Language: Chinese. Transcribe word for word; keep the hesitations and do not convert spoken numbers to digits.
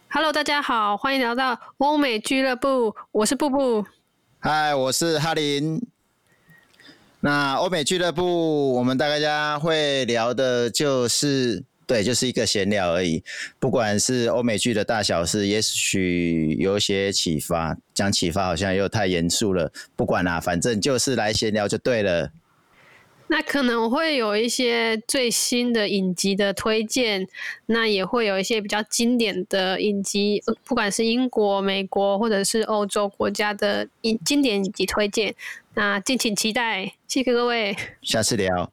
Hello， 大家好，欢迎来到欧美俱乐部，我是布布。 嗨，我是哈林。那欧美俱乐部，我们大家会聊的就是，对，就是一个闲聊而已。不管是欧美剧的大小事，也许有一些启发。讲启发好像又太严肃了，不管啦，反正就是来闲聊就对了。 那可能会有一些最新的影集的推荐，那也会有一些比较经典的影集，不管是英国、美国或者是欧洲国家的影经典影集推荐。那敬请期待，谢谢各位， 下次聊。